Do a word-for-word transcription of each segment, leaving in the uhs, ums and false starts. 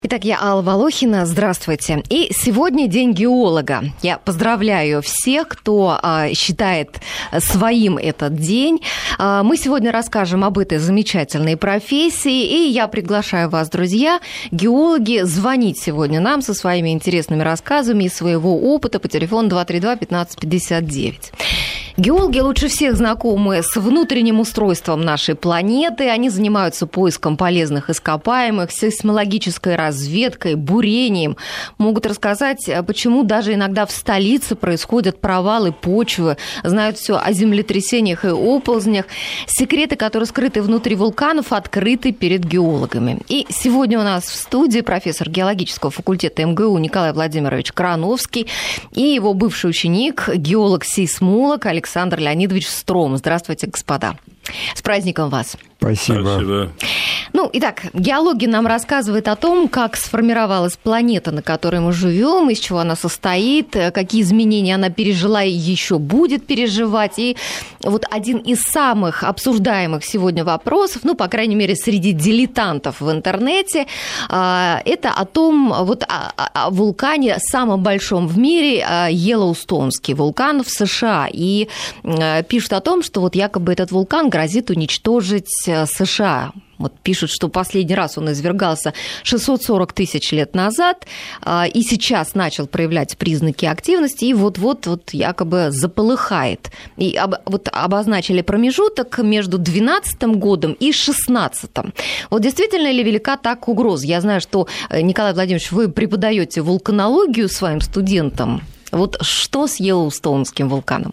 Итак, я Алла Волохина. Здравствуйте. И сегодня День геолога. Я поздравляю всех, кто а, считает своим этот день. А, мы сегодня расскажем об этой замечательной профессии. И я приглашаю вас, друзья, геологи, звонить сегодня нам со своими интересными рассказами из своего опыта по телефону два три два пятнадцать пятьдесят девять. Геологи лучше всех знакомы с внутренним устройством нашей планеты. Они занимаются поиском полезных ископаемых, сейсмологической разведкой, бурением. Могут рассказать, почему даже иногда в столице происходят провалы почвы. Знают все о землетрясениях и оползнях. Секреты, которые скрыты внутри вулканов, открыты перед геологами. И сегодня у нас в студии профессор геологического факультета эм гэ у Николай Владимирович Крановский и его бывший ученик, геолог-сейсмолог Александр Александр Леонидович Стром. Здравствуйте, господа. С праздником вас. Спасибо. Спасибо. Ну, итак, геология нам рассказывает о том, как сформировалась планета, на которой мы живем, из чего она состоит, какие изменения она пережила и еще будет переживать. И вот один из самых обсуждаемых сегодня вопросов, ну, по крайней мере, среди дилетантов в интернете, это о том, вот о, о вулкане самом большом в мире, Йеллоустонский вулкан в США. И пишут о том, что вот якобы этот вулкан грозит уничтожить США. Вот пишут, что последний раз он извергался шестьсот сорок тысяч лет назад, и сейчас начал проявлять признаки активности, и вот-вот вот якобы заполыхает. И об, вот обозначили промежуток между двенадцатым годом и шестнадцатым. Вот действительно ли велика так угроза? Я знаю, что, Николай Владимирович, вы преподаете вулканологию своим студентам. Вот что с Йеллоустонским вулканом?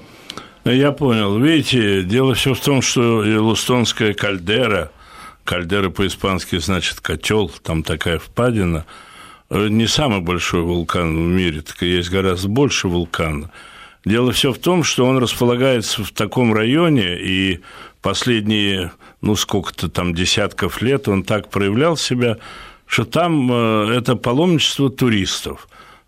Я понял. Видите, дело все в том, что Йеллоустонская кальдера, кальдера по-испански значит котел, там такая впадина, не самый большой вулкан в мире, так есть гораздо больше вулкана. Дело все в том, что он располагается в таком районе, и последние, ну, сколько-то там десятков лет он так проявлял себя, что там это паломничество туристов.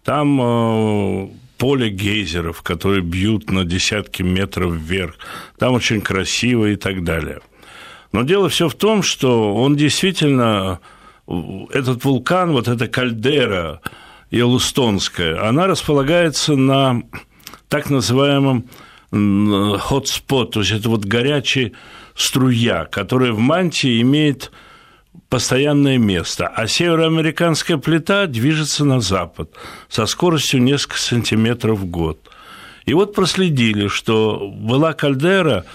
Там поле гейзеров, которые бьют на десятки метров вверх. Там очень красиво и так далее. Но дело все в том, что он действительно, этот вулкан, вот эта кальдера Йеллоустонская, она располагается на так называемом hotspot, то есть это вот горячая струя, которая в мантии имеет постоянное место, а североамериканская плита движется на запад со скоростью несколько сантиметров в год. И вот проследили, что была кальдера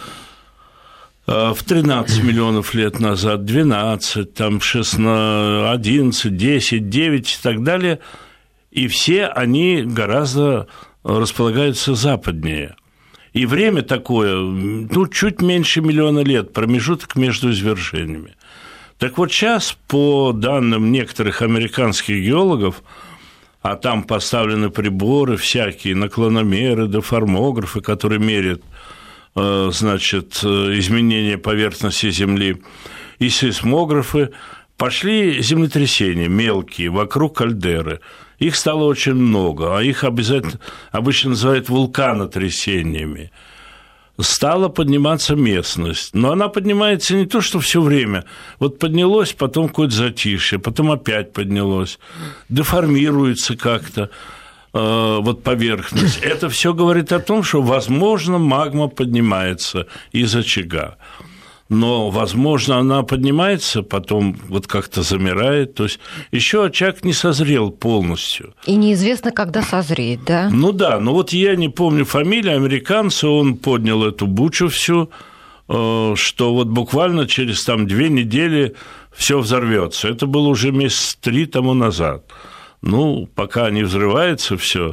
в тринадцать миллионов лет назад, двенадцать, там шестнадцать, одиннадцать, десять, девять и так далее, и все они гораздо располагаются западнее. И время такое, ну, чуть меньше миллиона лет, промежуток между извержениями. Так вот сейчас, по данным некоторых американских геологов, а там поставлены приборы всякие, наклономеры, деформографы, которые меряют, значит, изменения поверхности Земли, и сейсмографы, пошли землетрясения мелкие вокруг кальдеры. Их стало очень много, а их обязательно, обычно называют вулканотрясениями. Стала подниматься местность, но она поднимается не то, что все время. Вот поднялось, потом какое-то затишье, потом опять поднялось, деформируется как-то э, вот поверхность. Это все говорит о том, что, возможно, магма поднимается из очага. Но, возможно, она поднимается, потом вот как-то замирает. То есть еще очаг не созрел полностью. И неизвестно, когда созреет, да? Ну да, но вот я не помню фамилию американца, он поднял эту бучу всю, что вот буквально через там две недели все взорвется. Это было уже месяц три тому назад. Ну, пока не взрывается все.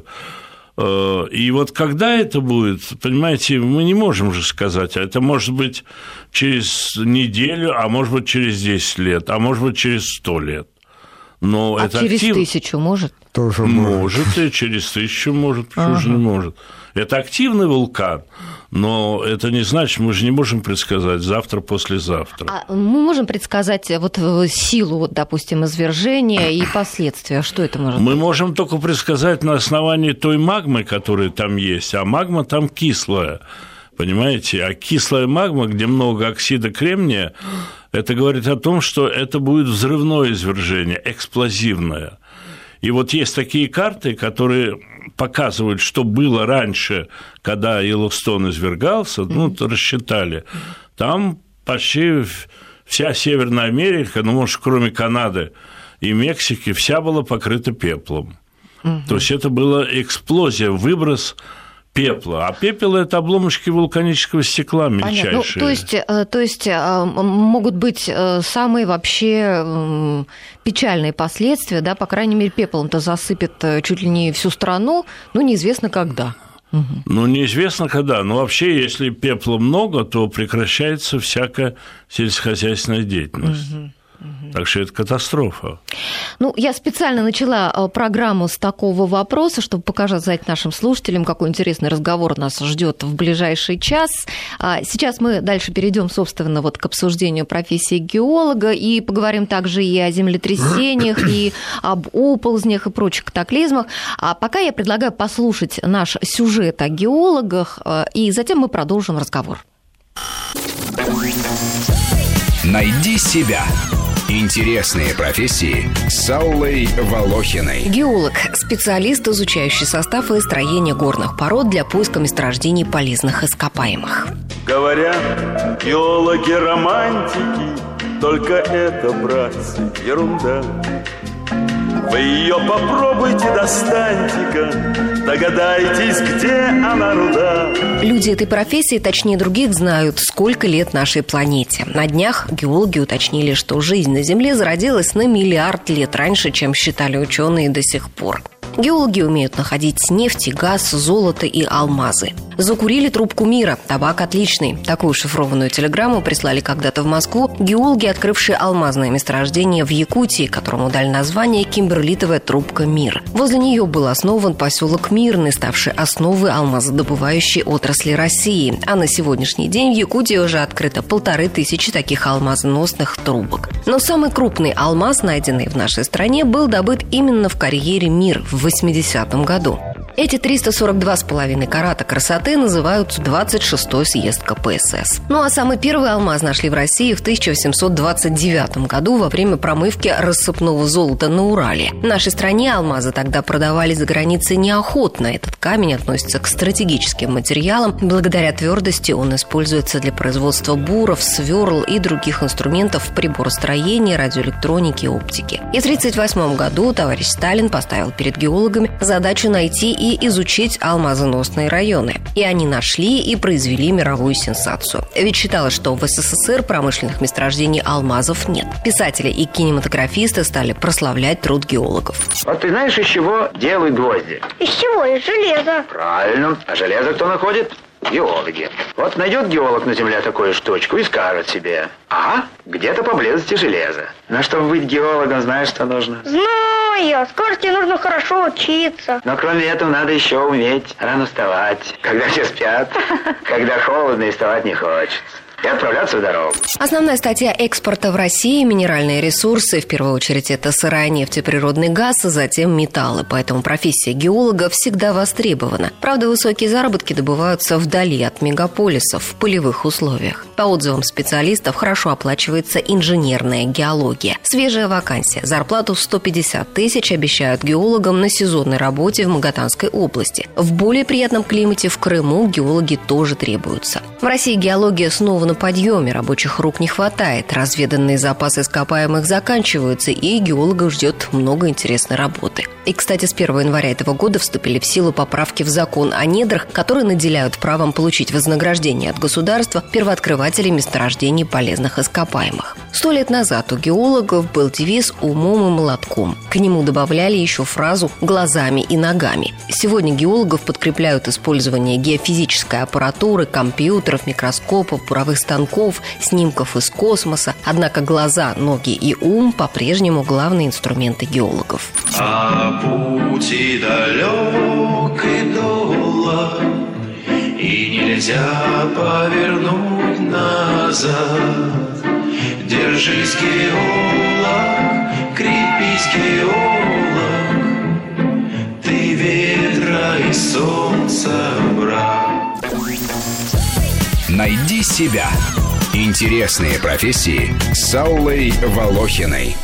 И вот когда это будет, понимаете, мы не можем же сказать, а это может быть через неделю, а может быть через десять лет, а может быть через сто лет. Но а это через актив... тысячу может? Тоже может. Может, и через тысячу может, почему ага. же не может. Это активный вулкан, но это не значит, мы же не можем предсказать завтра, послезавтра. А мы можем предсказать вот силу, вот, допустим, извержения и последствия? Что это может мы быть? Мы можем только предсказать на основании той магмы, которая там есть, а магма там кислая. Понимаете? А кислая магма, где много оксида кремния, это говорит о том, что это будет взрывное извержение, эксплозивное. И вот есть такие карты, которые показывают, что было раньше, когда Йеллоустон извергался, ну, рассчитали. Там почти вся Северная Америка, ну, может, кроме Канады и Мексики, вся была покрыта пеплом. Угу. То есть это была эксплозия, выброс пепла. А пепел – это обломочки вулканического стекла мельчайшие. Ну, то есть, то есть могут быть самые вообще печальные последствия, да, по крайней мере, пеплом-то засыпет чуть ли не всю страну, но неизвестно когда. Угу. Ну, неизвестно когда, но вообще, если пепла много, то прекращается всякая сельскохозяйственная деятельность. Угу. Так что это катастрофа. Ну, я специально начала программу с такого вопроса, чтобы показать нашим слушателям, какой интересный разговор нас ждет в ближайший час. Сейчас мы дальше перейдем, собственно, вот к обсуждению профессии геолога и поговорим также и о землетрясениях, и об оползнях и прочих катаклизмах. А пока я предлагаю послушать наш сюжет о геологах, и затем мы продолжим разговор. Найди себя. Интересные профессии с Аллой Волохиной. Геолог – специалист, изучающий состав и строение горных пород для поиска месторождений полезных ископаемых. Говорят, геологи романтики, только это, братцы, ерунда. Вы ее попробуйте, достаньте-ка, догадайтесь, где она руда. Люди этой профессии, точнее других, знают, сколько лет нашей планете. На днях геологи уточнили, что жизнь на Земле зародилась на миллиард лет раньше, чем считали ученые до сих пор. Геологи умеют находить нефть, газ, золото и алмазы. Закурили трубку мира. Табак отличный. Такую шифрованную телеграмму прислали когда-то в Москву геологи, открывшие алмазное месторождение в Якутии, которому дали название «Кимберлитовая трубка мира». Возле нее был основан поселок Мирный, ставший основой алмазодобывающей отрасли России. А на сегодняшний день в Якутии уже открыто полторы тысячи таких алмазоносных трубок. Но самый крупный алмаз, найденный в нашей стране, был добыт именно в карьере «Мир» в восьмидесятом году. Эти триста сорок два с половиной карата красоты называют двадцать шестой съезд ка пэ эс эс. Ну а самый первый алмаз нашли в России в тысяча восемьсот двадцать девятом году во время промывки рассыпного золота на Урале. В нашей стране алмазы тогда продавали за границей неохотно. Этот камень относится к стратегическим материалам. Благодаря твердости он используется для производства буров, сверл и других инструментов приборостроения, радиоэлектроники и оптики. И в тысяча девятьсот тридцать восьмом году товарищ Сталин поставил перед геологами задачу найти и и изучить алмазоносные районы. И они нашли и произвели мировую сенсацию. Ведь считалось, что в эс эс эс эр промышленных месторождений алмазов нет. Писатели и кинематографисты стали прославлять труд геологов. Вот ты знаешь, из чего делают гвозди? Из чего? Из железа. Правильно. А железо кто находит? Геологи. Вот найдет геолог на Земле такую штучку и скажет себе: ага, где-то поблизости железо. Но чтобы быть геологом, знаешь, что нужно? Знаю. Скоро тебе нужно хорошо учиться. Но кроме этого надо еще уметь рано вставать, когда все спят, когда холодно и вставать не хочется. И отправляться в дорогу. Основная статья экспорта в России – минеральные ресурсы. В первую очередь это сырая нефть и природный газ, а затем металлы. Поэтому профессия геолога всегда востребована. Правда, высокие заработки добываются вдали от мегаполисов, в полевых условиях. По отзывам специалистов, хорошо оплачивается инженерная геология. Свежая вакансия. Зарплату в сто пятьдесят тысяч обещают геологам на сезонной работе в Магаданской области. В более приятном климате в Крыму геологи тоже требуются. В России геология снова на подъеме, рабочих рук не хватает, разведанные запасы ископаемых заканчиваются, и геологов ждет много интересной работы. И, кстати, с первого января этого года вступили в силу поправки в закон о недрах, которые наделяют правом получить вознаграждение от государства первооткрывателей месторождений полезных ископаемых. Сто лет назад у геологов был девиз «умом и молотком». К нему добавляли еще фразу «глазами и ногами». Сегодня геологов подкрепляют использование геофизической аппаратуры, компьютеров, микроскопов, буровых станков, снимков из космоса. Однако глаза, ноги и ум по-прежнему главные инструменты геологов. А пути далек и долг, и нельзя повернуть назад. Держись, геолог, крепись, геолог, ты ветра и солнца брат. Найди себя. Интересные профессии с Аллой Волохиной.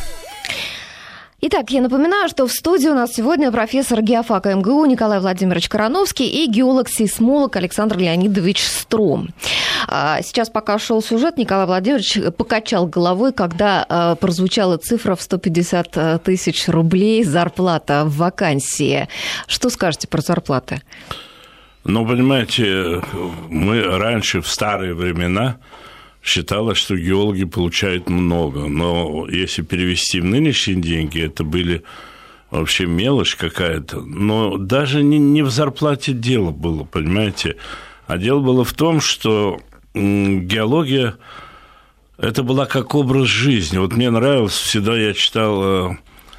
Итак, я напоминаю, что в студии у нас сегодня профессор геофака эм гэ у Николай Владимирович Короновский и геолог-сейсмолог Александр Леонидович Стром. Сейчас, пока шел сюжет, Николай Владимирович покачал головой, когда прозвучала цифра в сто пятьдесят тысяч рублей зарплата в вакансии. Что скажете про зарплаты? Ну, понимаете, мы раньше, в старые времена, считалось, что геологи получают много, но если перевести в нынешние деньги, это были вообще мелочь какая-то. Но даже не, не в зарплате дело было, понимаете, а дело было в том, что геология – это была как образ жизни. Вот мне нравилось, всегда я читал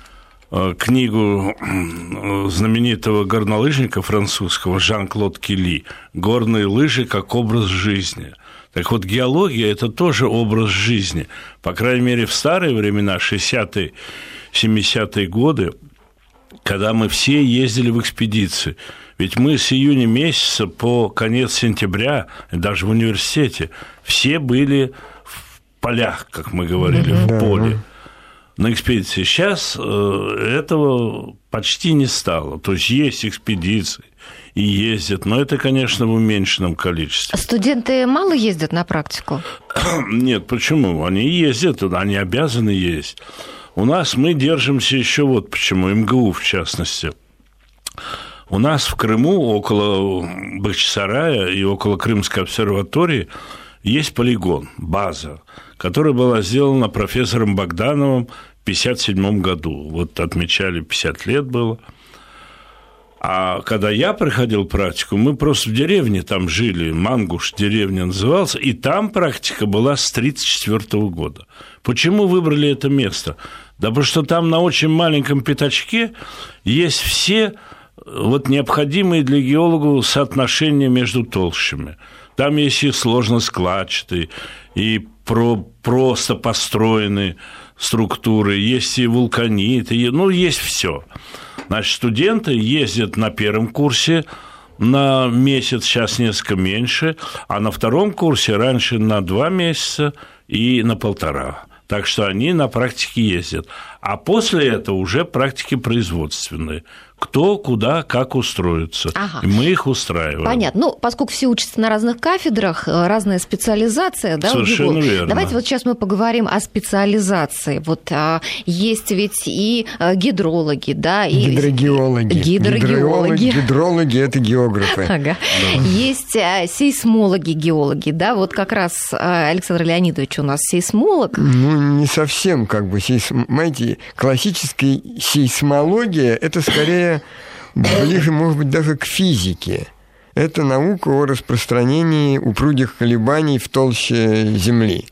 книгу знаменитого горнолыжника французского Жан-Клод Келли «Горные лыжи как образ жизни». Так вот, геология – это тоже образ жизни. По крайней мере, в старые времена, шестидесятые, семидесятые годы, когда мы все ездили в экспедиции. Ведь мы с июня месяца по конец сентября, даже в университете, все были в полях, как мы говорили, в поле, на экспедиции. Сейчас этого почти не стало. То есть есть экспедиции, и ездят, но это, конечно, в уменьшенном количестве. Студенты мало ездят на практику? Нет, почему? Они ездят, они обязаны ездить. У нас мы держимся еще вот почему, эм гэ у в частности. У нас в Крыму, около Бахчисарая и около Крымской обсерватории, есть полигон, база, которая была сделана профессором Богдановым в пятьдесят седьмом году. Вот отмечали, пятьдесят лет было. А когда я проходил практику, мы просто в деревне там жили, Мангуш деревня назывался, и там практика была с тридцать четвёртого года. Почему выбрали это место? Да потому что там на очень маленьком пятачке есть все вот необходимые для геолога соотношения между толщами. Там есть и сложноскладчатые, и про, просто построенные структуры, есть и вулканиты, ну, есть все. Значит, студенты ездят на первом курсе на месяц, сейчас несколько меньше, а на втором курсе раньше на два месяца и на полтора. Так что они на практике ездят. А после этого уже практики производственные. Кто, куда, как устроится. Ага. И мы их устраиваем. Понятно. Ну, поскольку все учатся на разных кафедрах, разная специализация, да, совершенно верно. Давайте вот сейчас мы поговорим о специализации. Вот а, есть ведь и гидрологи, да, и гидрогеологи. Гидрогеологи. Гидрологи – это географы. Ага. Да. Есть а, сейсмологи, геологи, да, вот как раз а, Александр Леонидович у нас сейсмолог. Ну, не совсем, как бы, сейсм... знаете, классическая сейсмология – это скорее ближе, может быть, даже к физике. Это наука о распространении упругих колебаний в толще Земли.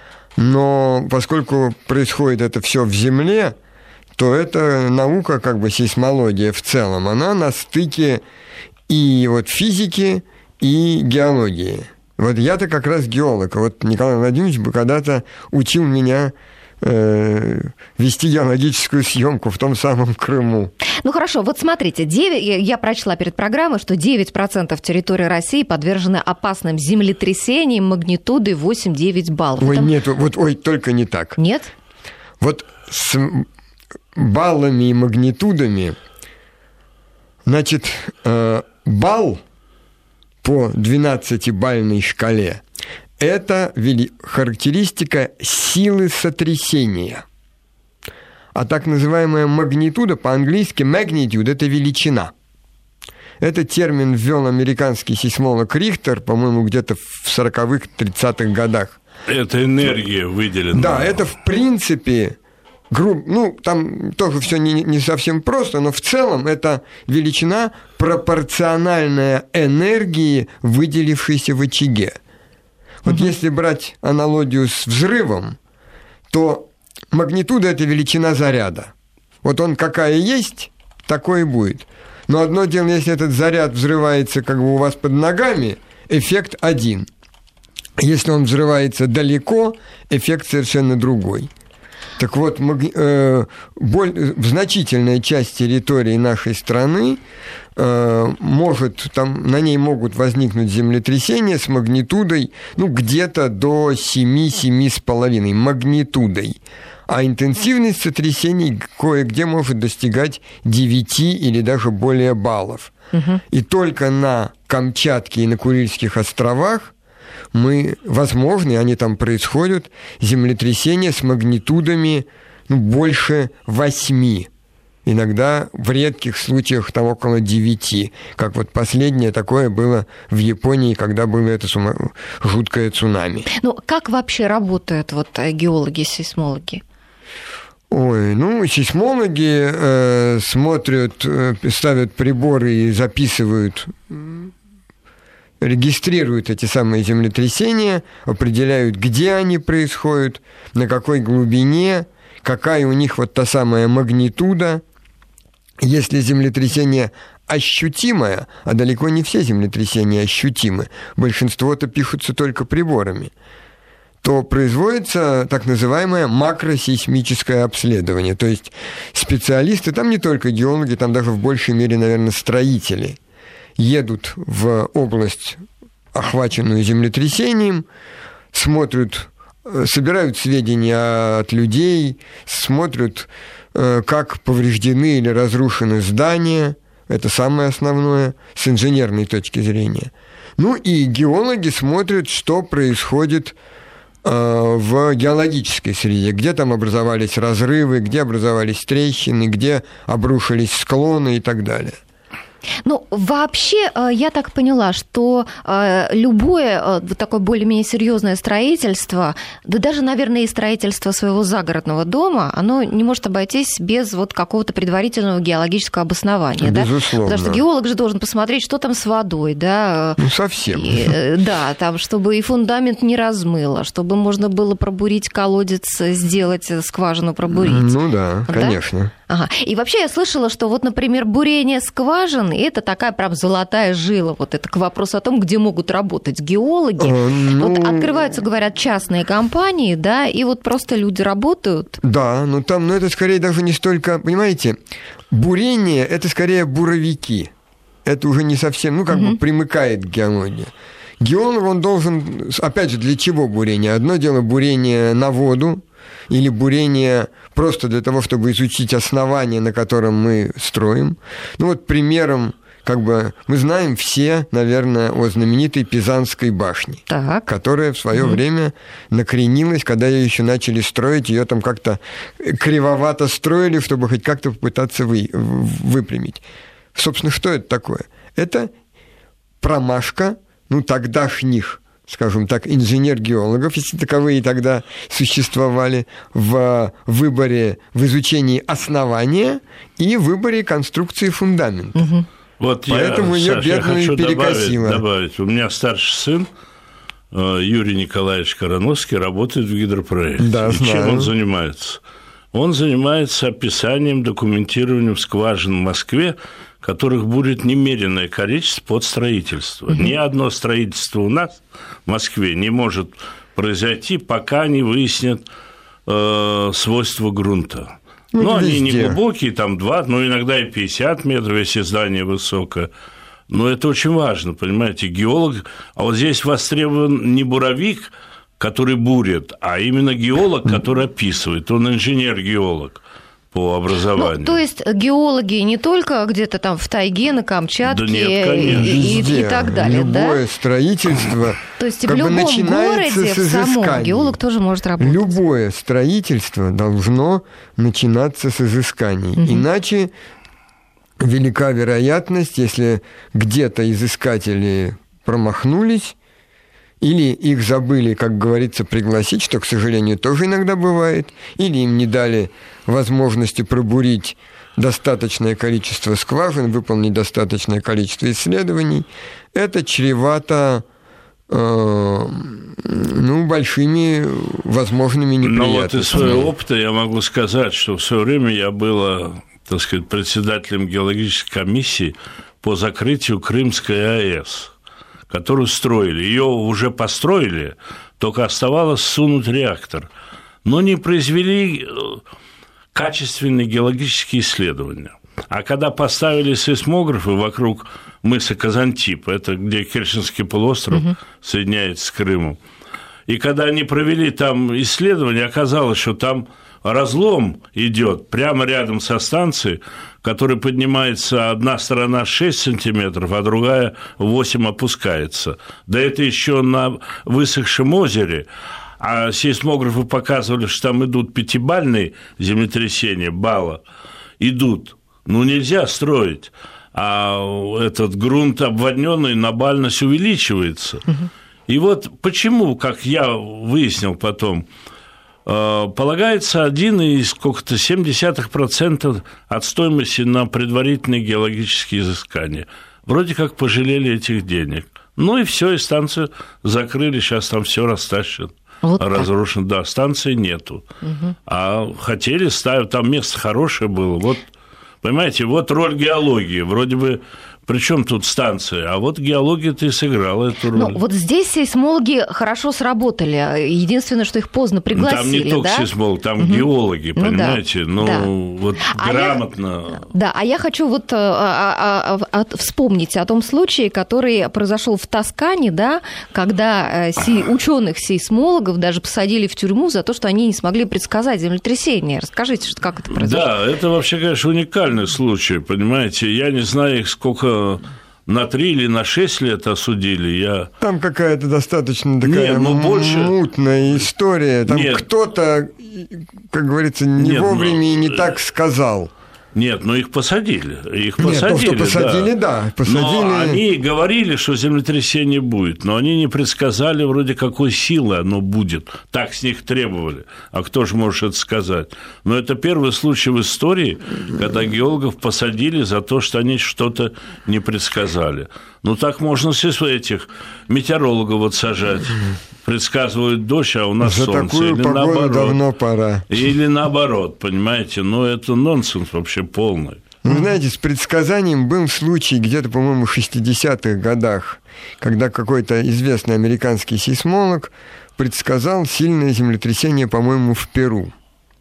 Но поскольку происходит это все в Земле, то эта наука, как бы сейсмология в целом, она на стыке и вот физики, и геологии. Вот я-то как раз геолог. Вот Николай Владимирович бы когда-то учил меня вести геологическую съемку в том самом Крыму. Ну хорошо, вот смотрите, девять, я прочла перед программой, что девять процентов территории России подвержены опасным землетрясениям магнитудой восемь-девять баллов. Ой, Это... нет, вот, ой, только не так. Нет? Вот с баллами и магнитудами, значит, балл по двенадцатибалльной шкале – это характеристика силы сотрясения. А так называемая магнитуда, по-английски magnitude – это величина. Этот термин ввел американский сейсмолог Рихтер, по-моему, где-то в сороковых, тридцатых годах. Это энергия выделена. Да, это в принципе, грубо, ну, там тоже все не, не совсем просто, но в целом это величина пропорциональная энергии, выделившейся в очаге. Вот угу. Если брать аналогию с взрывом, то магнитуда – это величина заряда. Вот он какая есть, такой и будет. Но одно дело, если этот заряд взрывается как бы у вас под ногами, эффект один. Если он взрывается далеко, эффект совершенно другой. Так вот, э, боль, значительная часть территории нашей страны может, там, на ней могут возникнуть землетрясения с магнитудой, ну, где-то до семь-семь с половиной магнитудой. А интенсивность сотрясений кое-где может достигать девять или даже более баллов. Угу. И только на Камчатке и на Курильских островах мы, возможно, они там происходят, землетрясения с магнитудами, ну, больше восьми. Иногда в редких случаях там около девяти, как вот последнее такое было в Японии, когда было это сума... жуткое цунами. Ну, как вообще работают вот геологи, сейсмологи? Ой, ну, сейсмологи э, смотрят, э, ставят приборы и записывают, регистрируют эти самые землетрясения, определяют, где они происходят, на какой глубине, какая у них вот та самая магнитуда. Если землетрясение ощутимое, а далеко не все землетрясения ощутимы, большинство-то пишутся только приборами, то производится так называемое макросейсмическое обследование. То есть специалисты, там не только геологи, там даже в большей мере, наверное, строители, едут в область, охваченную землетрясением, смотрят, собирают сведения от людей, смотрят, как повреждены или разрушены здания, это самое основное, с инженерной точки зрения. Ну и геологи смотрят, что происходит в геологической среде, где там образовались разрывы, где образовались трещины, где обрушились склоны и так далее. Ну, вообще, я так поняла, что любое такое более-менее серьезное строительство, да даже, наверное, и строительство своего загородного дома, оно не может обойтись без вот какого-то предварительного геологического обоснования. Безусловно. Да? Потому что геолог же должен посмотреть, что там с водой, да? Ну, совсем. И, да, там, чтобы и фундамент не размыло, чтобы можно было пробурить колодец, сделать скважину, пробурить. Ну да, да? конечно. Ага. И вообще я слышала, что вот, например, бурение скважин – это такая прям золотая жила. Вот это к вопросу о том, где могут работать геологи. А, ну... Вот открываются, говорят, частные компании, да, и вот просто люди работают. Да, но там, ну это скорее даже не столько, понимаете, бурение – это скорее буровики. Это уже не совсем, ну как угу. бы примыкает к геологии. Геолог, он должен, опять же, для чего бурение? Одно дело бурение на воду, или бурение просто для того, чтобы изучить основание, на котором мы строим. Ну вот примером, как бы, мы знаем все, наверное, о знаменитой Пизанской башне, так. которая в свое mm-hmm. время накренилась, когда ее еще начали строить, ее там как-то кривовато строили, чтобы хоть как-то попытаться вы, выпрямить. Собственно, что это такое? Это промашка, ну, тогдашних, скажем так, инженер-геологов, если таковые тогда существовали, в выборе, в изучении основания и выборе конструкции фундамента. Угу. Вот Поэтому я, ее Саша, бедную я хочу перекосило. Добавить, добавить. У меня старший сын Юрий Николаевич Короновский работает в гидропроекте. Да, и знаю. чем он занимается? Он занимается описанием, документированием скважин в Москве, которых будет немеренное количество под строительство. Угу. Ни одно строительство у нас в Москве не может произойти, пока не выяснят э, свойства грунта. Ну, ну они не глубокие, там два, но иногда и пятьдесят метров, если здание высокое. Но это очень важно, понимаете, геолог. А вот здесь востребован не буровик, который бурит, а именно геолог, который описывает. Он инженер-геолог по образованию. Ну, то есть геологи не только где-то там в тайге, на Камчатке, да нет, конечно. И, и, и так далее, Любое да? строительство, то есть в любом городе, в самом, геолог тоже может работать. Любое строительство должно начинаться с изысканий. Угу. Иначе велика вероятность, если где-то изыскатели промахнулись, или их забыли, как говорится, пригласить, что, к сожалению, тоже иногда бывает, или им не дали возможности пробурить достаточное количество скважин, выполнить достаточное количество исследований, это чревато э, ну, большими возможными неприятностями. Ну, вот из своего опыта я могу сказать, что в свое время я был, так сказать, председателем геологической комиссии по закрытию Крымской АЭС, которую строили. Ее уже построили, только оставалось сунуть реактор. Но не произвели качественные геологические исследования. А когда поставили сейсмографы вокруг мыса Казантип, это где Керченский полуостров угу. соединяется с Крымом, и когда они провели там исследование, оказалось, что там разлом идет прямо рядом со станцией, который поднимается одна сторона шесть сантиметров, а другая восемь опускается. Да это еще на высохшем озере. А сейсмографы показывали, что там идут пятибальные землетрясения, балла, идут. Ну, нельзя строить. А этот грунт обводненный на бальность увеличивается. Угу. И вот почему, как я выяснил потом, полагается один и сколько-то семь десятых процента от стоимости на предварительные геологические изыскания. Вроде как пожалели этих денег. Ну и все, и станцию закрыли, сейчас там все растащат. Вот разрушено, да, станции нету. Угу. А хотели ставить, там место хорошее было. Вот, понимаете, вот роль геологии. Вроде бы, при чем тут станция? А вот геология-то и сыграла эту роль. Ну, вот здесь сейсмологи хорошо сработали. Единственное, что их поздно пригласили, там не только да? сейсмологи, там угу. геологи, понимаете? Ну, да. ну да. вот а грамотно. Я, да, а я хочу вот а, а, а, вспомнить о том случае, который произошел в Тоскане, да, когда си, ученых-сейсмологов даже посадили в тюрьму за то, что они не смогли предсказать землетрясение. Расскажите, как это произошло? Да, это вообще, конечно, уникальный случай, понимаете? Я не знаю, их сколько на три или на шесть лет осудили. Я... Там какая-то достаточно такая Нет, ну, больше... мутная история. Там Нет. кто-то, как говорится, не Нет, вовремя но... и не так сказал. Нет, ну их посадили. Их Нет, посадили, то, что посадили, да. да посадили... Но они говорили, что землетрясение будет, но они не предсказали вроде какой силы оно будет. Так с них требовали. А кто же может это сказать? Но это первый случай в истории, когда геологов посадили за то, что они что-то не предсказали. Ну, так можно с этих метеорологов вот сажать. Предсказывают дождь, а у нас За солнце. такую или погоду наоборот. давно пора. Или наоборот, понимаете? Ну, это нонсенс вообще полный. Вы знаете, с предсказанием был случай где-то, по-моему, в шестидесятых годах, когда какой-то известный американский сейсмолог предсказал сильное землетрясение, по-моему, в Перу.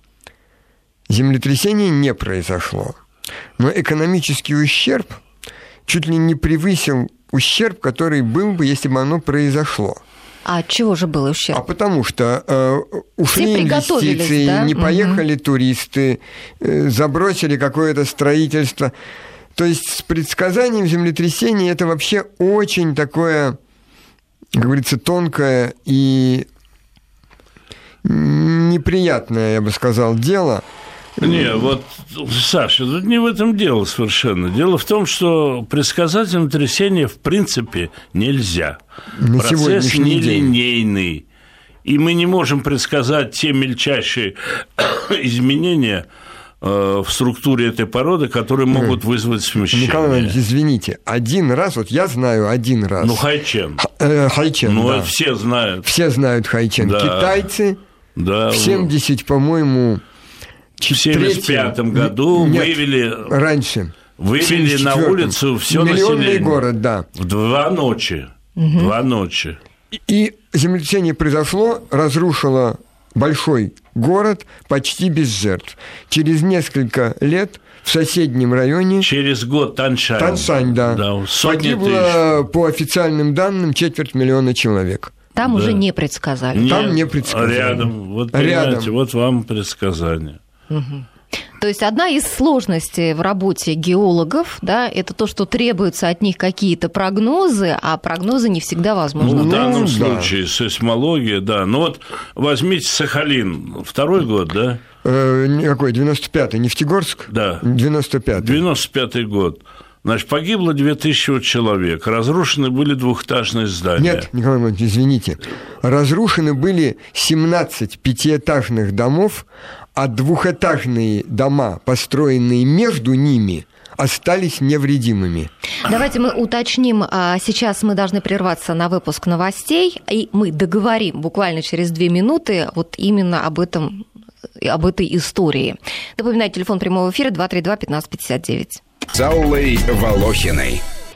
Землетрясение не произошло, но экономический ущерб чуть ли не превысил ущерб, который был бы, если бы оно произошло. А от чего же был ущерб? А потому что э, ушли инвестиции, да? не поехали угу. туристы, э, забросили какое-то строительство. То есть с предсказанием землетрясения это вообще очень такое, как говорится, тонкое и неприятное, я бы сказал, дело. Не, вот, Саша, тут не в этом дело совершенно. Дело в том, что предсказать землетрясение в принципе нельзя. На Процесс нелинейный. И мы не можем предсказать те мельчайшие изменения в структуре этой породы, которые могут вызвать смещение. Николай Иванович, извините, один раз, вот я знаю один раз. Ну, Хайчен. Х, Хайчен, Ну, да. это все знают. Все знают Хайчен. Да. Китайцы да. в семьдесят, по-моему... В семьдесят пятом году Нет, вывели, раньше, вывели на улицу все население. Город, да. В два ночи. Угу. Два ночи. И землетрясение произошло, разрушило большой город почти без жертв. Через несколько лет в соседнем районе... Через год Таншань. Таншань, да. да погибло, по официальным данным, четверть миллиона человек. Там да. уже не предсказали. Нет, Там не предсказали. Рядом. Вот, понимаете, рядом. Вот вам предсказание. Угу. То есть одна из сложностей в работе геологов, да, это то, что требуются от них какие-то прогнозы, а прогнозы не всегда возможны. Ну, в данном ну, случае да. сейсмология, да. Ну вот возьмите Сахалин, второй год, да? Э, какой, девяносто пятый, Нефтегорск? Да. девяносто пятый. девяносто пятый год. Значит, погибло две тысячи человек, разрушены были двухэтажные здания. Нет, Николай Иванович, извините. Разрушены были семнадцать пятиэтажных домов, а двухэтажные дома, построенные между ними, остались невредимыми. Давайте мы уточним. Сейчас мы должны прерваться на выпуск новостей, и мы договорим буквально через две минуты вот именно об этом, об этой истории. Напоминаю, телефон прямого эфира два три два пятнадцать пятьдесят девять. С Аллой Волохиной.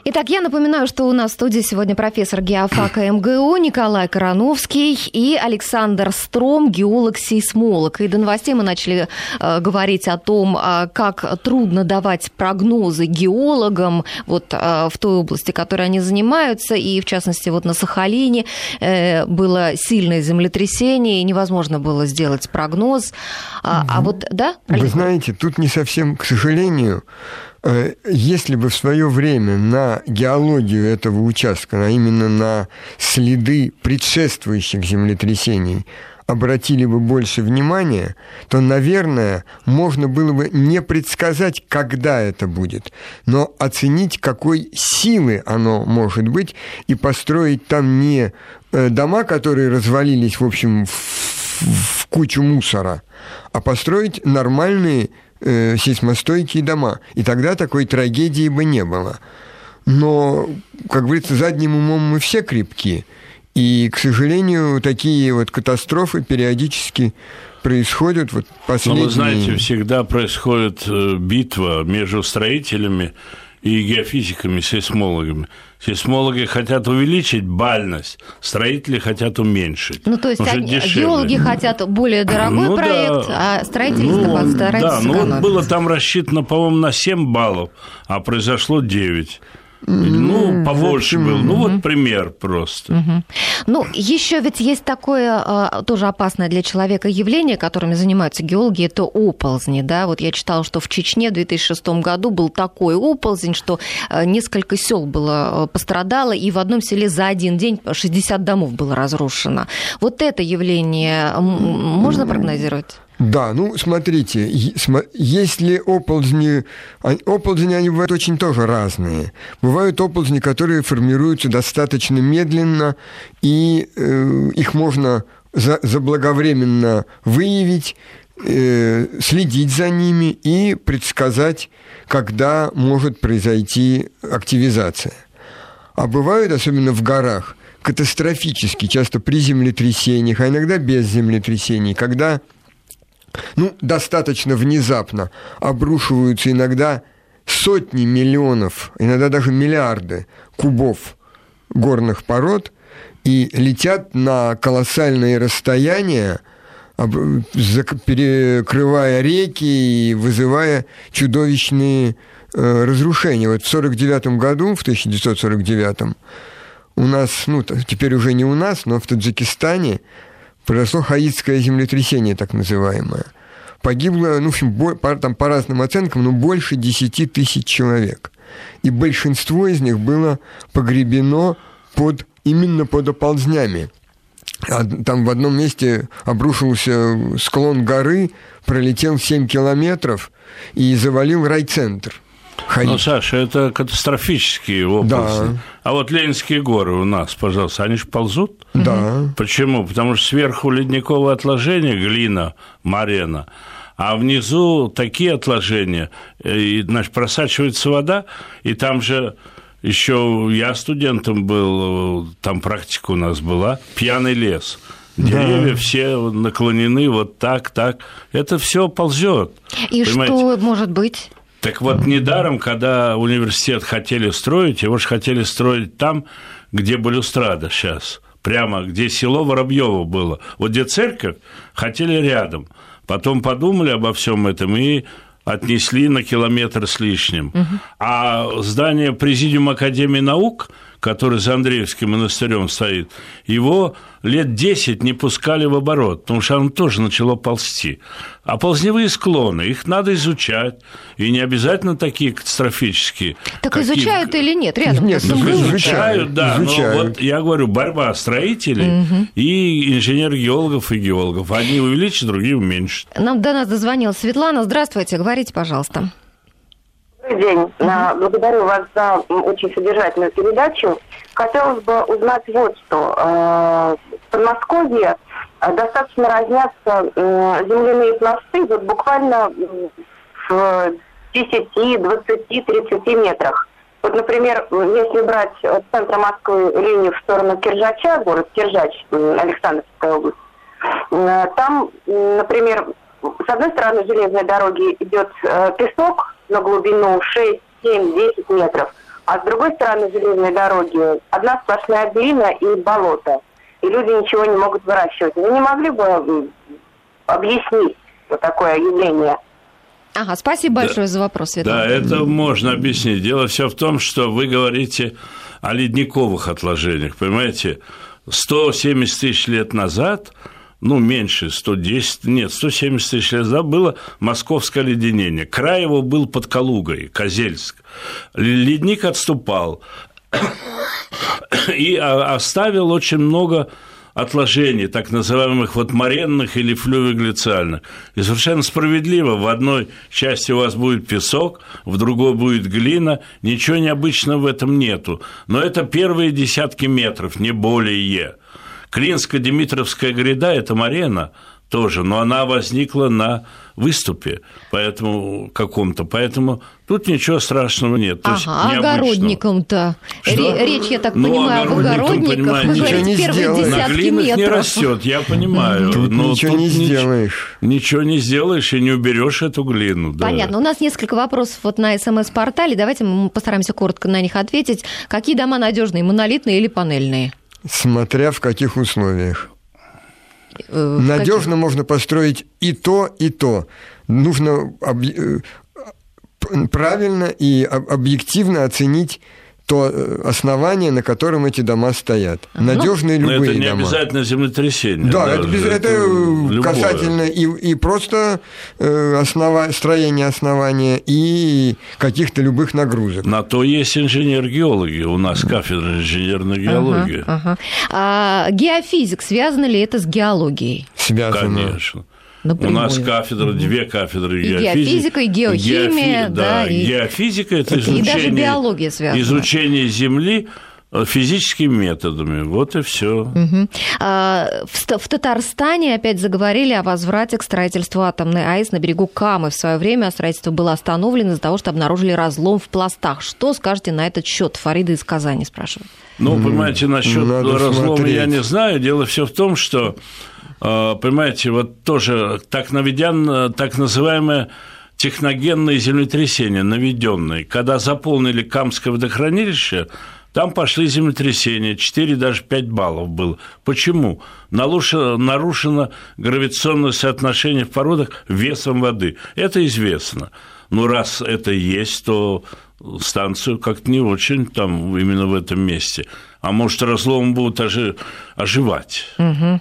Итак, я напоминаю, что у нас в студии сегодня профессор геофака эм гэ у Николай Короновский и Александр Стром, геолог-сейсмолог. И до новостей мы начали э, говорить о том, э, как трудно давать прогнозы геологам вот, э, в той области, которой они занимаются. И, в частности, вот на Сахалине э, было сильное землетрясение, и невозможно было сделать прогноз. А, угу. а вот, да? Вы Александр? знаете, тут не совсем, к сожалению... Если бы в свое время на геологию этого участка, а именно на следы предшествующих землетрясений, обратили бы больше внимания, то, наверное, можно было бы не предсказать, когда это будет, но оценить, какой силы оно может быть, и построить там не дома, которые развалились, в общем, в, в кучу мусора, а построить нормальные сейсмостойкие дома. И тогда такой трагедии бы не было. Но, как говорится, задним умом мы все крепки. И, к сожалению, такие вот катастрофы периодически происходят. Вот последние... Но вы знаете, всегда происходит битва между строителями и геофизиками, сейсмологами. Сейсмологи хотят увеличить бальность, строители хотят уменьшить. Ну, то есть они, геологи хотят более дорогой ну, проект, да. а строители ну, стараются Да, ну вот было там рассчитано, по-моему, на семь баллов, а произошло девять. Ну, побольше был. Ну, вот пример просто. Угу. Ну, еще ведь есть такое тоже опасное для человека явление, которыми занимаются геологи, это оползни, да. Вот я читала, что в Чечне в две тысячи шестом году был такой оползень, что несколько сел было пострадало, и в одном селе за один день шестьдесят домов было разрушено. Вот это явление можно прогнозировать? Да, ну, смотрите, если оползни... Оползни, они бывают очень тоже разные. Бывают оползни, которые формируются достаточно медленно, и э, их можно за, заблаговременно выявить, э, следить за ними и предсказать, когда может произойти активизация. А бывают, особенно в горах, катастрофически, часто при землетрясениях, а иногда без землетрясений, когда... Ну, достаточно внезапно обрушиваются иногда сотни миллионов, иногда даже миллиарды кубов горных пород и летят на колоссальные расстояния, перекрывая реки и вызывая чудовищные разрушения. Вот в сорок девятом году, в тысяча девятьсот сорок девятом, у нас, ну, теперь уже не у нас, но в Таджикистане произошло хаитское землетрясение, так называемое. Погибло, ну, в общем, по, там, по разным оценкам, ну, больше десяти тысяч человек. И большинство из них было погребено под, именно под оползнями. Там в одном месте обрушился склон горы, пролетел семь километров и завалил райцентр. Хаит. Ну, Саша, это катастрофические оползни. Да. А вот Ленинские горы у нас, пожалуйста, они же ползут? Да. Почему? Потому что сверху ледниковое отложение, глина, морена, а внизу такие отложения, и, значит, просачивается вода, и там же еще я студентом был, там практика у нас была, пьяный лес. Деревья да. все наклонены вот так, так. Это все ползет. И понимаете? Что может быть? Так вот, недаром, когда университет хотели строить, его же хотели строить там, где балюстрада сейчас, прямо где село Воробьёво было. Вот где церковь, хотели рядом. Потом подумали обо всем этом и отнесли на километр с лишним. Угу. А здание Президиума Академии наук, который за Андреевским монастырем стоит, его лет десять не пускали в оборот, потому что оно тоже начало ползти. А ползневые склоны, их надо изучать, и не обязательно такие катастрофические. Так какие... изучают или нет? Рядом нет, ну, изучают, изучают, да. Изучают. Но вот я говорю, борьба строителей угу. и инженер-геологов и геологов. Одни увеличат, другие уменьшат. Нам до нас дозвонилась Светлана. Здравствуйте, говорите, пожалуйста. Добрый день. Uh-huh. Благодарю вас за очень содержательную передачу. Хотелось бы узнать вот что. В Подмосковье достаточно разнятся земляные пласты вот буквально в десяти, двадцати, тридцати метрах. Вот, например, если брать от центра Москвы линию в сторону Киржача, город Киржач, Александровская область, там, например, с одной стороны железной дороги идет песок на глубину шесть, семь, десять метров. А с другой стороны железной дороги одна сплошная глина и болото. И люди ничего не могут выращивать. Вы не могли бы объяснить вот такое явление? Ага, спасибо большое да, за вопрос, Светлана. Да, это можно объяснить. Дело все в том, что вы говорите о ледниковых отложениях, понимаете? сто семьдесят тысяч лет назад, ну, меньше, сто десять, нет, сто семьдесят тысяч лет назад было московское леденение. Край его был под Калугой, Козельск. Ледник отступал и оставил очень много отложений, так называемых вот моренных или флювиоглициальных. И совершенно справедливо, в одной части у вас будет песок, в другой будет глина, ничего необычного в этом нету. Но это первые десятки метров, не более. Клинско-Димитровская гряда – это морена тоже, но она возникла на выступе, поэтому каком-то, поэтому тут ничего страшного нет. То ага, огородникам-то. Речь, я так ну, понимаю, об огородниках. Вы говорите, первые десятки на глинах метров. Не растет, я понимаю. Тут но ничего тут не сделаешь. Ничего не сделаешь и не уберешь эту глину. Да. Понятно. У нас несколько вопросов вот на СМС-портале. Давайте мы постараемся коротко на них ответить. Какие дома надежные, монолитные или панельные? Смотря в каких условиях. В Надежно каких? Можно построить и то, и то. Нужно об... правильно и объективно оценить то основание, на котором эти дома стоят. Надежные любые дома. Но это не дома. Обязательно землетрясение. Да, это, без... это, это касательно и, и просто основа... строения основания, и каких-то любых нагрузок. На то есть инженер-геологи. У нас кафедра инженерной геологии. Ага, ага. А геофизик, связано ли это с геологией? Связано. Конечно. Напрямую. У нас кафедра, две кафедры и геофизика. геофизика, и геохимия. Геофи... Да, да, и... геофизика – это изучение, и даже биология связана. Изучение Земли физическими методами. Вот и все. Угу. А, в, в Татарстане опять заговорили о возврате к строительству атомной АЭС на берегу Камы. В свое время строительство было остановлено из-за того, что обнаружили разлом в пластах. Что скажете на этот счет? Фарида из Казани спрашивает. Ну, понимаете, насчет Надо разлома смотреть. Я не знаю. Дело все в том, что понимаете, вот тоже так, наведен, так называемое техногенное землетрясение, наведенное. Когда заполнили Камское водохранилище, там пошли землетрясения, четыре, даже пять баллов было. Почему? Нарушено, нарушено гравитационное соотношение в породах весом воды. Это известно. Но раз это есть, то станцию как-то не очень там именно в этом месте. А может, разломы будут ожи- оживать. Угу.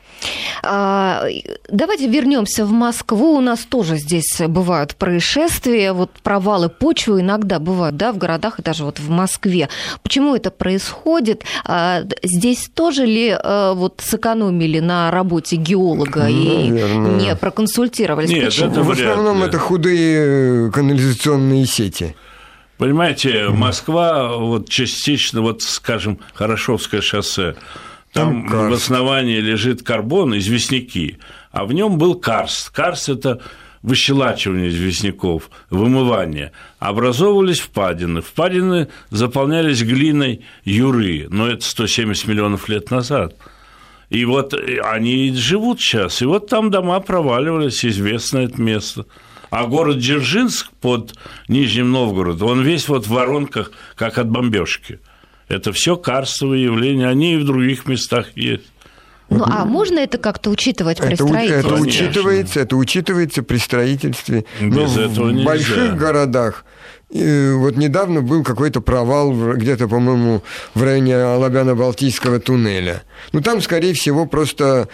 Давайте вернемся в Москву. У нас тоже здесь бывают происшествия, вот провалы почвы иногда бывают, да, в городах и даже вот в Москве. Почему это происходит? Здесь тоже ли вот сэкономили на работе геолога и Наверное. не проконсультировались? Нет, Почему? это в основном ли. это худые канализационные сети. Понимаете, Москва вот частично, вот, скажем, Хорошевское шоссе. Там, Там в основании лежит карбон, известняки, а в нем был карст. Карст – это выщелачивание известняков, вымывание. Образовывались впадины. Впадины заполнялись глиной юры, но это сто семьдесят миллионов лет назад. И вот они живут сейчас, и вот там дома проваливались, известно это место. А город Дзержинск под Нижним Новгородом, он весь вот в воронках, как от бомбежки. Это все карстовые явления, они и в других местах есть. Ну, а можно это как-то учитывать при это, строительстве? Это учитывается, это учитывается при строительстве. Без Но этого в нельзя. больших городах. И вот недавно был какой-то провал где-то, по-моему, в районе Алабяно-Балтийского туннеля. Ну, там, скорее всего, просто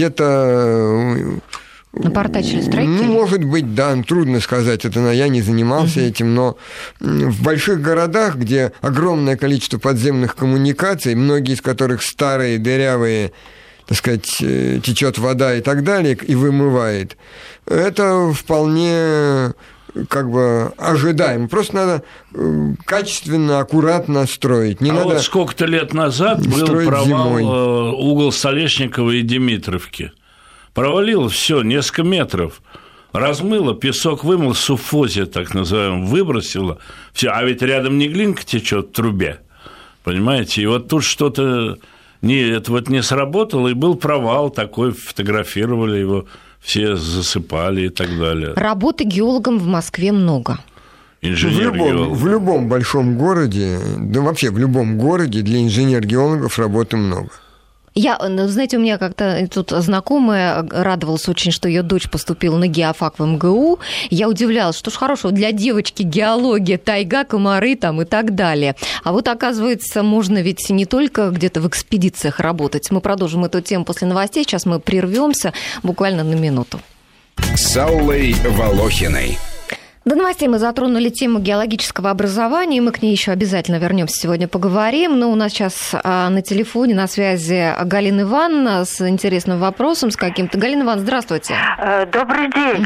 где-то... Напортачили строители? Ну, может быть, да, трудно сказать, это я не занимался uh-huh. этим, но в больших городах, где огромное количество подземных коммуникаций, многие из которых старые, дырявые, так сказать, течет вода и так далее, и вымывает, это вполне как бы ожидаемо. Просто надо качественно, аккуратно строить. Не а надо вот сколько-то лет назад был провал зимой. Угол Столешникова и Димитровки. Провалило все, несколько метров. Размыло, песок вымыл, суффозия, так называемая, выбросило. Все, а ведь рядом не глинка течет в трубе. Понимаете? И вот тут что-то не, это вот не сработало, и был провал такой, фотографировали его, все засыпали и так далее. Работы геологам в Москве много. инженер-геолог. В, в любом большом городе, да вообще в любом городе для инженер-геологов работы много. Я, знаете, у меня как-то тут знакомая радовалась очень, что ее дочь поступила на геофак в эм гэ у. Я удивлялась, что ж хорошего для девочки геология, тайга, комары там и так далее. А вот, оказывается, можно ведь не только где-то в экспедициях работать. Мы продолжим эту тему после новостей. Сейчас мы прервемся буквально на минуту. С Аллой Волохиной. До новостей мы затронули тему геологического образования, и мы к ней еще обязательно вернемся сегодня, поговорим. Но у нас сейчас на телефоне, на связи Галина Ивановна с интересным вопросом, с каким-то. Галина Ивановна, здравствуйте. Добрый день.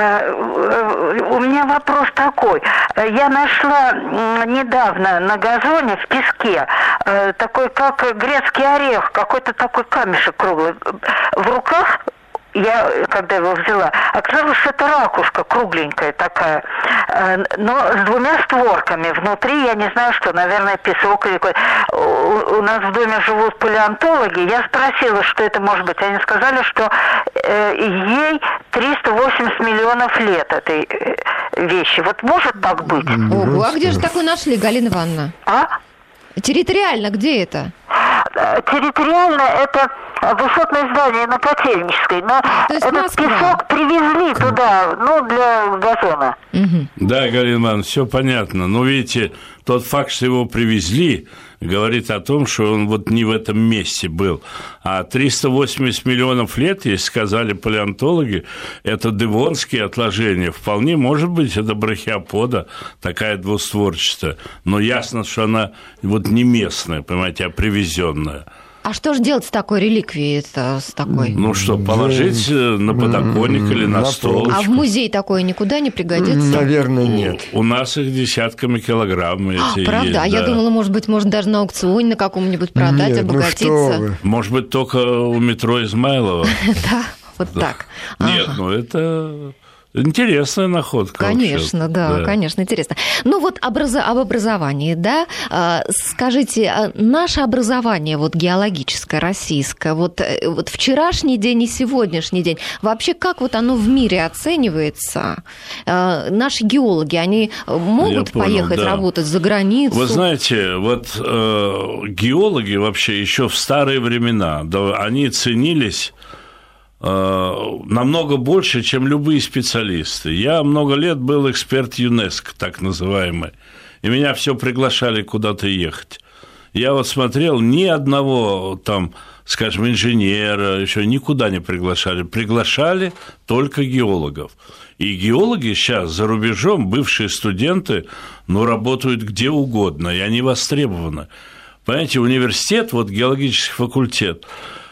Угу. У меня вопрос такой. Я нашла недавно на газоне в песке такой, как грецкий орех, какой-то такой камешек круглый. В руках... Я, когда его взяла, оказалось, что это ракушка кругленькая такая, но с двумя створками. Внутри, я не знаю, что, наверное, песок или какой. У нас в доме живут палеонтологи. Я спросила, что это может быть. Они сказали, что ей триста восемьдесят миллионов лет этой вещи. Вот может так быть? Ого, а где же такое нашли, Галина Ивановна? А? Территориально где это? Территориально это высотное здание на Котельнической, но этот Москва. Песок привезли туда, ну, для газона. Угу. Да, Галина Ивановна, все понятно. Но видите, тот факт, что его привезли, говорит о том, что он вот не в этом месте был. А триста восемьдесят миллионов лет, если сказали палеонтологи, это девонские отложения. Вполне может быть, это брахиопода, такая двустворчатая. Но ясно, что она вот не местная, понимаете, а привезенная. А что же делать с такой реликвией-то, с такой? Ну что, положить на подоконник или на, на стол. А в музей такое никуда не пригодится? Наверное, нет. У, у нас их десятками килограмм эти Правда? есть, А да. Я думала, может быть, можно даже на аукционе на каком-нибудь продать, нет, обогатиться. Ну что вы. Может быть, только у метро Измайлова. Да, вот так. Нет, ну это... Интересная находка. Конечно, вообще. да, да, конечно, интересно. Ну вот образ... об образовании, да, скажите, наше образование вот геологическое, российское, вот, вот вчерашний день и сегодняшний день, вообще как вот оно в мире оценивается? Наши геологи, они могут понял, поехать да. работать за границу? Вы знаете, вот э, геологи вообще еще в старые времена, да, они ценились намного больше, чем любые специалисты. Я много лет был эксперт ЮНЕСКО, так называемый, и меня все приглашали куда-то ехать. Я вот смотрел, ни одного там, скажем, инженера, еще никуда не приглашали. Приглашали только геологов. И геологи сейчас за рубежом, бывшие студенты, ну, работают где угодно, и они востребованы. Понимаете, университет, вот геологический факультет,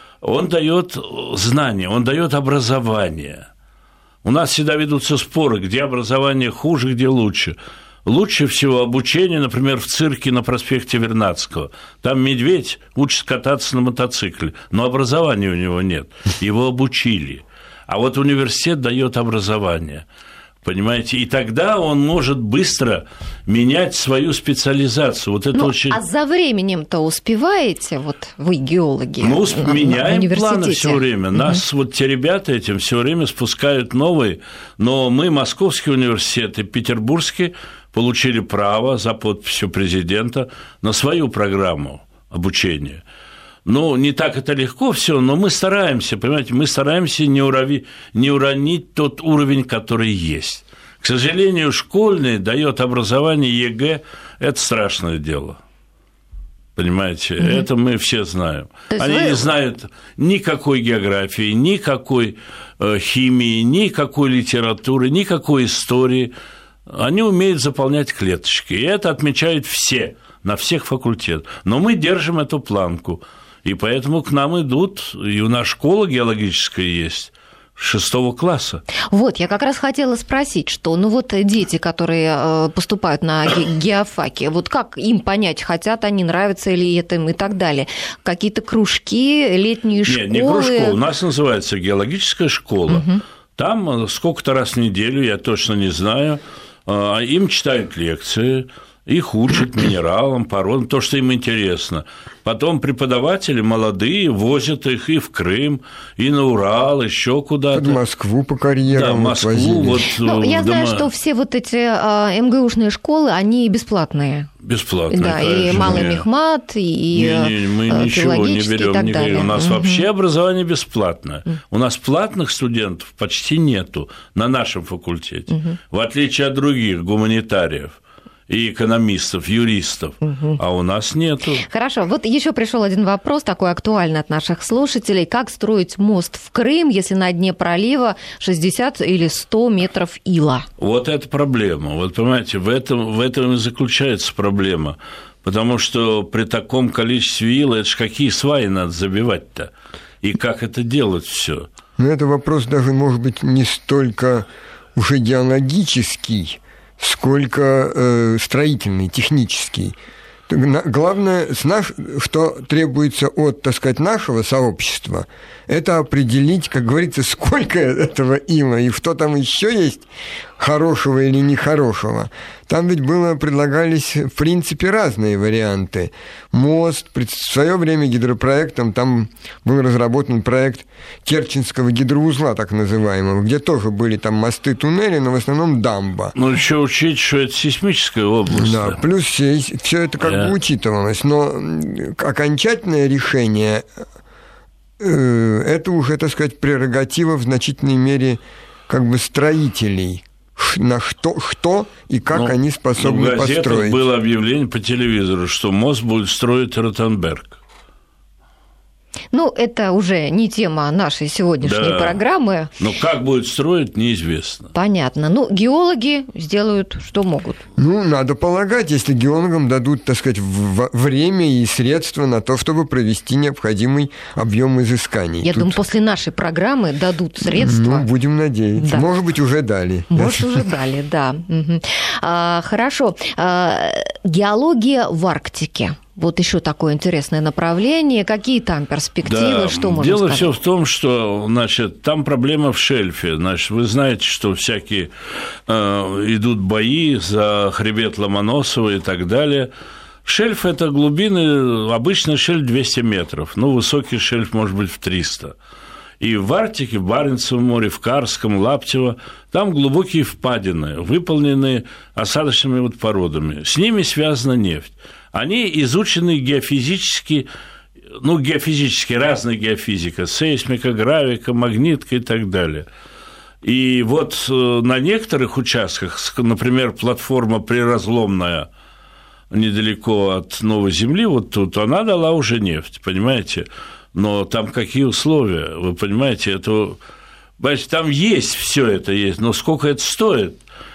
он дает знания, он дает образование. У нас всегда ведутся споры, где образование хуже, где лучше. Лучше всего обучение, например, в цирке на проспекте Вернадского. Там медведь учится кататься на мотоцикле, но образования у него нет. Его обучили. А вот университет дает образование. Понимаете, и тогда он может быстро менять свою специализацию. Вот это ну, очень... А за временем-то успеваете, вот вы геологи? Мы на, меняем на планы все время. Нас угу. вот те ребята этим все время спускают новые, но мы, Московский университет и Петербургский, получили право за подписью президента на свою программу обучения. Ну, не так это легко все, но мы стараемся, понимаете, мы стараемся не, урови, не уронить тот уровень, который есть. К сожалению, школьный дает образование ЕГЭ – это страшное дело. Понимаете, mm-hmm. это мы все знаем. Они вы... не знают никакой географии, никакой э, химии, никакой литературы, никакой истории. Они умеют заполнять клеточки, и это отмечают все, на всех факультетах. Но мы держим эту планку. И поэтому к нам идут, и у нас школа геологическая есть, шестого класса. Вот, я как раз хотела спросить, что, ну вот дети, которые поступают на геофаки, вот как им понять, хотят они, нравится ли это им и так далее? Какие-то кружки, летние школы? Нет, не кружка, у нас называется геологическая школа. Угу. Там сколько-то раз в неделю, я точно не знаю, им читают лекции, Их учат минералам, породам, то, что им интересно. Потом преподаватели молодые возят их и в Крым, и на Урал, еще куда-то. В Москву по карьерам. Да, Москву. Вот, ну, я дома... знаю, что все вот эти а, эм гэ у-шные школы, они бесплатные. Бесплатные, да, конечно. И малый мехмат, и не, не, мы ничего не берем, и так не далее. У нас угу. вообще образование бесплатное. Угу. У нас платных студентов почти нету на нашем факультете, угу. в отличие от других гуманитариев и экономистов, юристов, угу. а у нас нету. Хорошо, вот еще пришел один вопрос, такой актуальный от наших слушателей. Как строить мост в Крым, если на дне пролива шестьдесят или сто метров ила? Вот это проблема. Вот понимаете, в этом, в этом и заключается проблема. Потому что при таком количестве ила, это же какие сваи надо забивать-то? И как это делать все? Ну, это вопрос даже, может быть, не столько уже геологический, сколько э, строительный, технический. Главное, что требуется от, так сказать, нашего сообщества, это определить, как говорится, сколько этого ила и что там еще есть хорошего или нехорошего. Там ведь было, предлагались, в принципе, разные варианты. Мост, в свое время гидропроектом, там был разработан проект Керченского гидроузла, так называемого, где тоже были там мосты, туннели, но в основном дамба. Ну, еще учить, что это сейсмическая область. Да, плюс все, все это как yeah. бы учитывалось, но окончательное решение э, это уже, так сказать, прерогатива в значительной мере как бы строителей. На что, что и как ну, они способны построить. В газетах было объявление по телевизору, что мост будет строить Ротенберг. Ну, это уже не тема нашей сегодняшней да. программы. Но как будет строить, неизвестно. Понятно. Ну, геологи сделают, что могут. Ну, надо полагать, если геологам дадут, так сказать, время и средства на то, чтобы провести необходимый объем изысканий. Я Тут... думаю, после нашей программы дадут средства. Ну, будем надеяться. Да. Может быть, уже дали. Может, уже дали, да. А, хорошо. А, геология в Арктике. Вот еще такое интересное направление. Какие там перспективы, да, что можно дело сказать? Дело все в том, что, значит, там проблема в шельфе. Значит, вы знаете, что всякие э, идут бои за хребет Ломоносова и так далее. Шельф – это глубины, обычно шельф двести метров, ну, высокий шельф может быть в триста. И в Арктике, в Баренцевом море, в Карском, Лаптево, там глубокие впадины, выполненные осадочными вот породами. С ними связана нефть. Они изучены геофизически, ну, геофизически, разная геофизика, сейсмика, гравика, магнитка и так далее. И вот на некоторых участках, например, платформа приразломная недалеко от Новой Земли, вот тут, она дала уже нефть, понимаете? Но там какие условия, вы понимаете, это, значит, там есть все это есть, но сколько это стоит?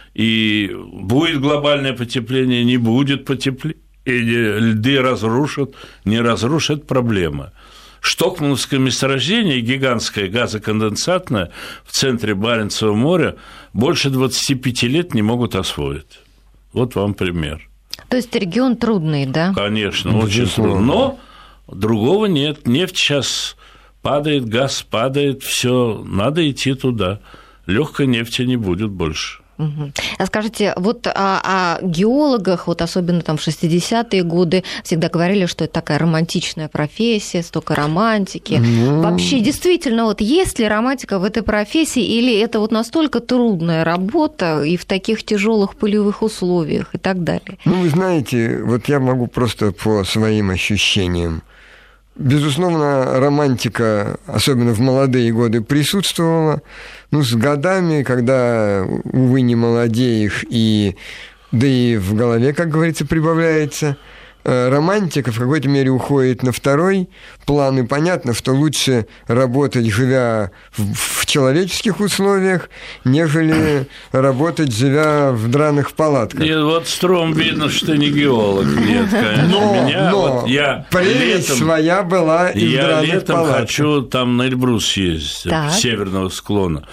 И будет глобальное потепление, не будет потепления, льды разрушат, не разрушат, проблема. Штокмановское месторождение, гигантское газоконденсатное в центре Баренцевого моря, больше двадцати пяти лет не могут освоить. Вот вам пример. То есть регион трудный, да? Конечно, очень трудно. Но другого нет. Нефть сейчас падает, газ падает, все, надо идти туда. Легкой нефти не будет больше. Угу. А скажите, вот о, о геологах, вот особенно там в шестидесятые годы, всегда говорили, что это такая романтичная профессия, столько романтики. Ну... Вообще, действительно, вот есть ли романтика в этой профессии, или это вот настолько трудная работа и в таких тяжелых полевых условиях и так далее? Ну, вы знаете, вот я могу просто по своим ощущениям. Безусловно, романтика, особенно в молодые годы, присутствовала. Ну, с годами, когда, увы, не молодеешь, и, да и в голове, как говорится, прибавляется, романтика в какой-то мере уходит на второй план, и понятно, что лучше работать, живя в, в человеческих условиях, нежели работать, живя в драных палатках. Нет, вот Стром видно, что не геолог. Нет, конечно. Но, Меня, но вот я прелесть летом, своя была и в драных Я летом палатках. хочу там на Эльбрус съездить, так. с северного склона.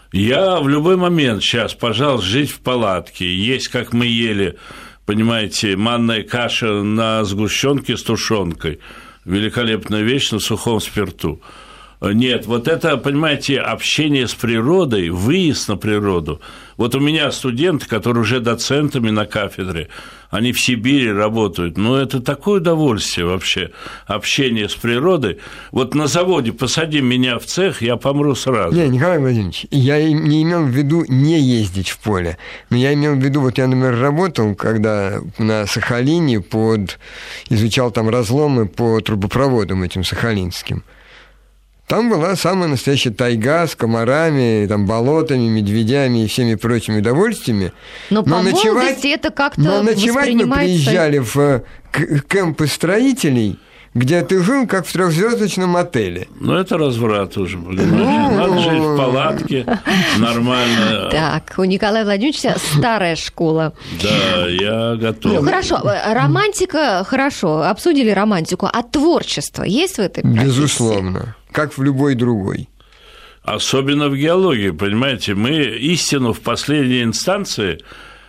Я в любой момент сейчас, пожалуйста, жить в палатке, есть, как мы ели, понимаете, манная каша на сгущенке с тушенкой. Великолепная вещь на сухом спирту. Нет, вот это, понимаете, общение с природой, выезд на природу. Вот у меня студенты, которые уже доцентами на кафедре, они в Сибири работают. Ну, это такое удовольствие вообще, общение с природой. Вот на заводе посади меня в цех, я помру сразу. Не, Николай Владимирович, я не имел в виду не ездить в поле. Но я имел в виду, вот я, например, работал, когда на Сахалине под... изучал там разломы по трубопроводам этим сахалинским. Там была самая настоящая тайга с комарами, там, болотами, медведями и всеми прочими удовольствиями. Но, но по ночевать, молодости это как-то но ночевать мы приезжали в кемпы строителей, где ты жил, как в трехзвездочном отеле. Ну, это разврат уже, понимаете. Надо жить в палатке, нормально. Так, у Николая Владимировича старая школа. Да, я готов. Ну, хорошо, романтика, хорошо, обсудили романтику, а творчество есть в этой профессии? Безусловно, как в любой другой. Особенно в геологии, понимаете, мы истину в последней инстанции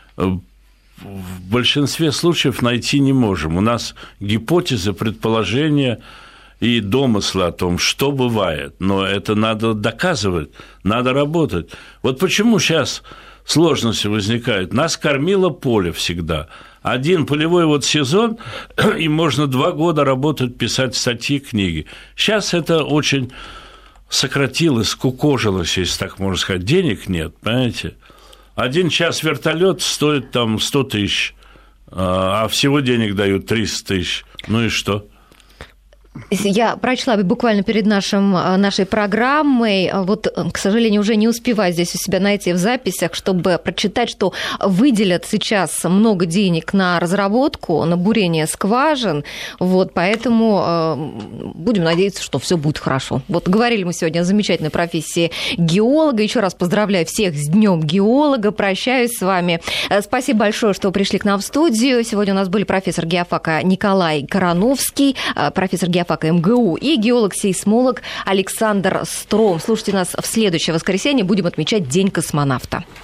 в большинстве случаев найти не можем. У нас гипотезы, предположения и домыслы о том, что бывает. Но это надо доказывать, надо работать. Вот почему сейчас сложности возникают. Нас кормило поле всегда. Один полевой вот сезон, и можно два года работать, писать статьи, книги. Сейчас это очень сократилось, скукожилось, если так можно сказать. Денег нет, понимаете? Один час вертолет стоит там сто тысяч, а всего денег дают триста тысяч. Ну и что? Я прочла буквально перед нашим, нашей программой, вот, к сожалению, уже не успеваю здесь у себя найти в записях, чтобы прочитать, что выделят сейчас много денег на разработку, на бурение скважин, вот, поэтому будем надеяться, что все будет хорошо. Вот говорили мы сегодня о замечательной профессии геолога, еще раз поздравляю всех с Днем геолога, прощаюсь с вами. Спасибо большое, что пришли к нам в студию. Сегодня у нас были профессор геофака Николай Короновский, профессор геофака эм гэ у и геолог-сейсмолог Александр Стром. Слушайте нас в следующее воскресенье. Будем отмечать День космонавта.